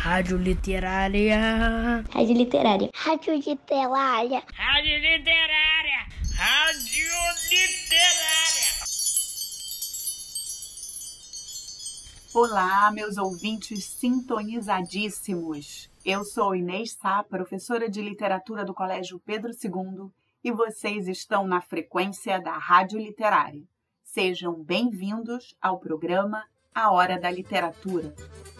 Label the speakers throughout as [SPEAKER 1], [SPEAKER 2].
[SPEAKER 1] Rádio Literária.
[SPEAKER 2] Rádio Literária. Rádio Literária.
[SPEAKER 1] Rádio Literária. Rádio Literária.
[SPEAKER 3] Olá, meus ouvintes sintonizadíssimos. Eu sou Inês Sá, professora de literatura do Colégio Pedro II, e vocês estão na frequência da Rádio Literária. Sejam bem-vindos ao programa A Hora da Literatura.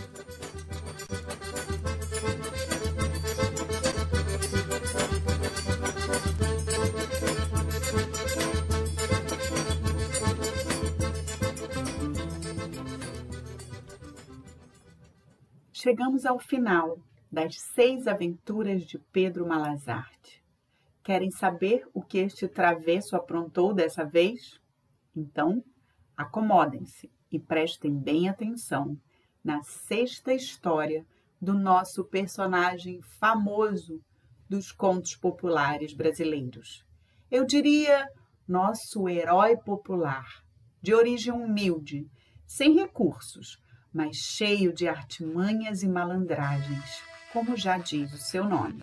[SPEAKER 3] Chegamos ao final das 6 aventuras de Pedro Malazarte. Querem saber o que este travesso aprontou dessa vez? Então, acomodem-se e prestem bem atenção na 6ª história do nosso personagem famoso dos contos populares brasileiros. Eu diria nosso herói popular, de origem humilde, sem recursos, mas cheio de artimanhas e malandragens, como já diz o seu nome.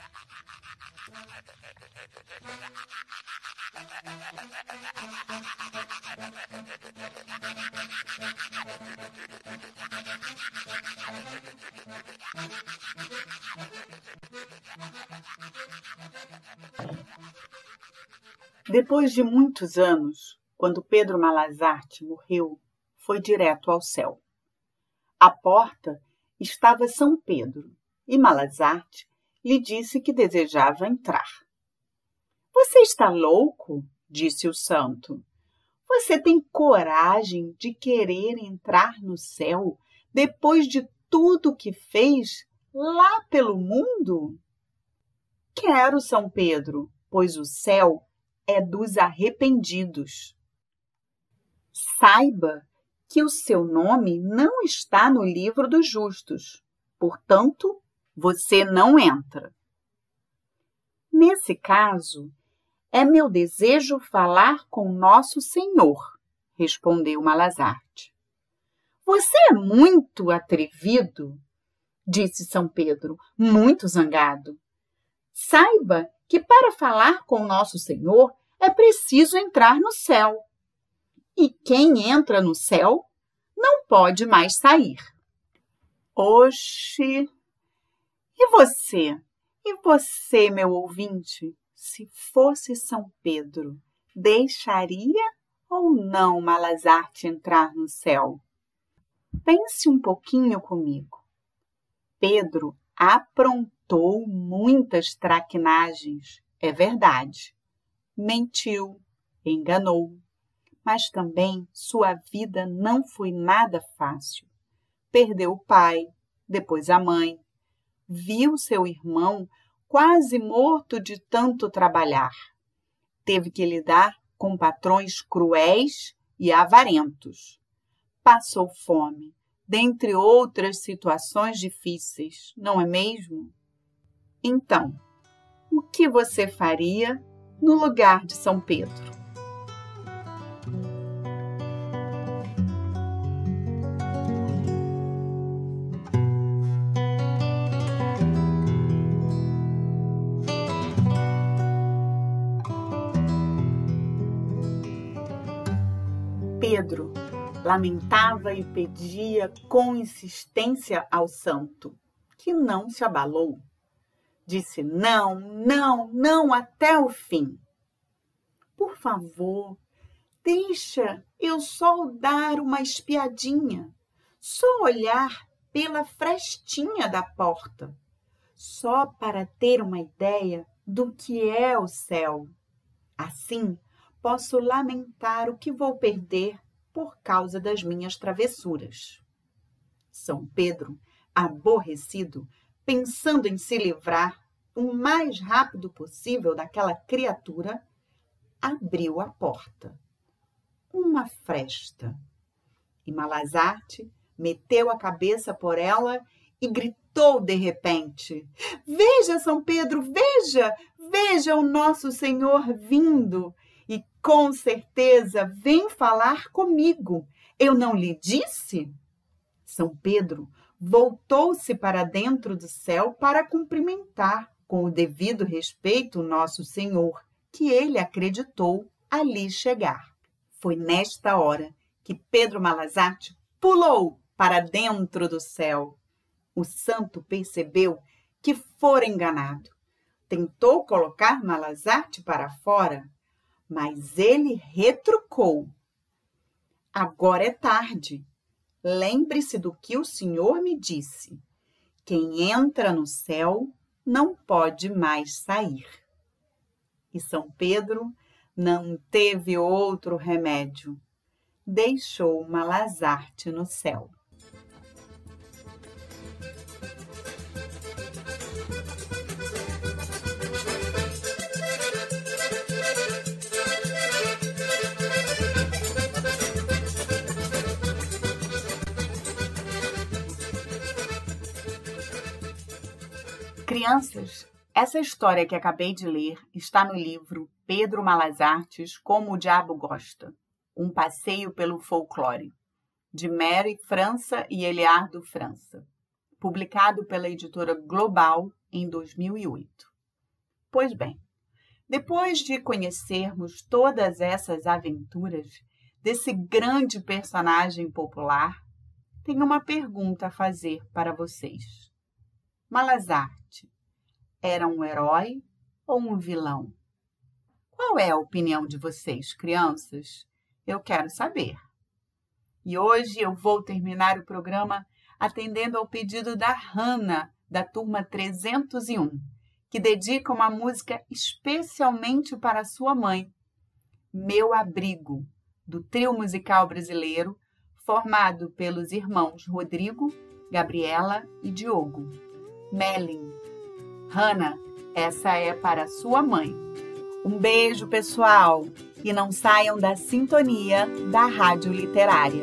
[SPEAKER 3] Depois de muitos anos, quando Pedro Malazarte morreu, foi direto ao céu. À porta estava São Pedro e Malazarte lhe disse que desejava entrar. "Você está louco?" disse o santo. "Você tem coragem de querer entrar no céu depois de tudo que fez lá pelo mundo?" "Quero, São Pedro, pois o céu é dos arrependidos." "Saiba que o seu nome não está no livro dos justos, portanto, você não entra." "Nesse caso, é meu desejo falar com Nosso Senhor", respondeu Malazarte. "Você é muito atrevido", disse São Pedro, muito zangado. "Saiba que para falar com Nosso Senhor é preciso entrar no céu. E quem entra no céu não pode mais sair." "Oxe! E você? E você, meu ouvinte? Se fosse São Pedro, deixaria ou não Malazarte entrar no céu? Pense um pouquinho comigo. Pedro aprontou muitas traquinagens, é verdade. Mentiu, enganou. Mas também sua vida não foi nada fácil. Perdeu o pai, depois a mãe. Viu seu irmão quase morto de tanto trabalhar. Teve que lidar com patrões cruéis e avarentos. Passou fome, dentre outras situações difíceis, não é mesmo? Então, o que você faria no lugar de São Pedro? Pedro lamentava e pedia com insistência ao santo, que não se abalou. Disse não, não, não até o fim. "Por favor, deixa eu só dar uma espiadinha, só olhar pela frestinha da porta, só para ter uma ideia do que é o céu. Assim, posso lamentar o que vou perder por causa das minhas travessuras." São Pedro, aborrecido, pensando em se livrar o mais rápido possível daquela criatura, abriu a porta. Uma fresta. E Malazarte meteu a cabeça por ela e gritou de repente: "Veja, São Pedro, veja! Veja o Nosso Senhor vindo! E com certeza vem falar comigo. Eu não lhe disse?" São Pedro voltou-se para dentro do céu para cumprimentar com o devido respeito o nosso Senhor, que ele acreditou ali chegar. Foi nesta hora que Pedro Malazarte pulou para dentro do céu. O santo percebeu que fora enganado. Tentou colocar Malazarte para fora, mas ele retrucou. Agora é tarde. Lembre-se do que o Senhor me disse. Quem entra no céu não pode mais sair. E São Pedro não teve outro remédio. Deixou Malazarte no céu. Crianças, essa história que acabei de ler está no livro Pedro Malazartes, Como o Diabo Gosta, um passeio pelo folclore, de Mary França e Eliardo França, publicado pela editora Global em 2008. Pois bem, depois de conhecermos todas essas aventuras desse grande personagem popular, tenho uma pergunta a fazer para vocês. Malazarte era um herói ou um vilão? Qual é a opinião de vocês, crianças? Eu quero saber. E hoje eu vou terminar o programa atendendo ao pedido da Hannah, da turma 301, que dedica uma música especialmente para sua mãe, Meu Abrigo, do trio musical brasileiro, formado pelos irmãos Rodrigo, Gabriela e Diogo. Melin. Hannah, essa é para sua mãe. Um beijo, pessoal, e não saiam da sintonia da Rádio Literária.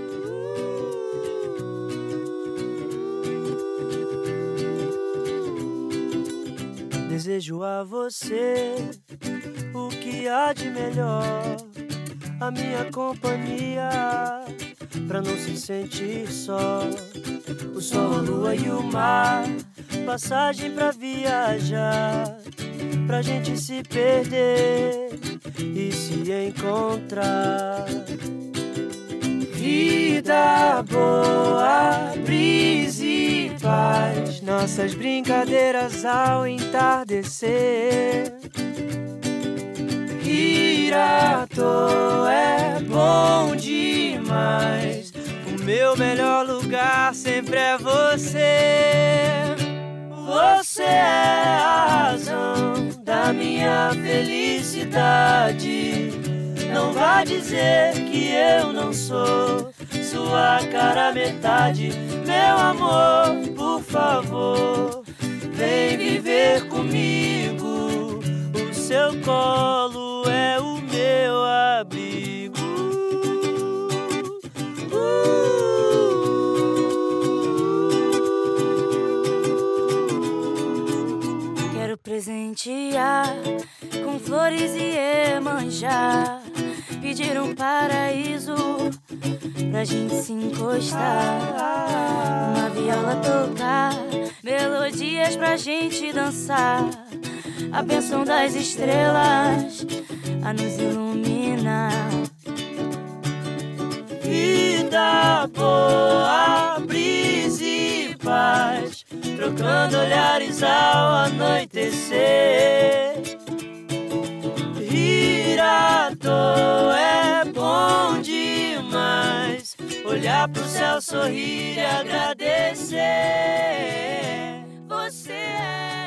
[SPEAKER 4] Desejo a você o que há de melhor, a minha companhia, pra não se sentir só. O sol, a lua e o mar, passagem pra viajar, pra gente se perder e se encontrar. Vida boa, brisa e paz, nossas brincadeiras ao entardecer. Rir à toa é bom demais, o meu melhor lugar sempre é você. Você é a razão da minha felicidade. Não vá dizer que eu não sou sua cara metade. Meu amor, por favor, vem viver comigo. O seu colo é o meu abrigo. Quero presentear com flores e Iemanjá, pedir um paraíso pra gente se encostar, uma viola tocar, melodias pra gente dançar, a bênção das estrelas a nos iluminar. Vida boa, brisa e paz, trocando olhares ao anoitecer. Rir à toa é bom demais, olhar pro céu, sorrir e agradecer. Você é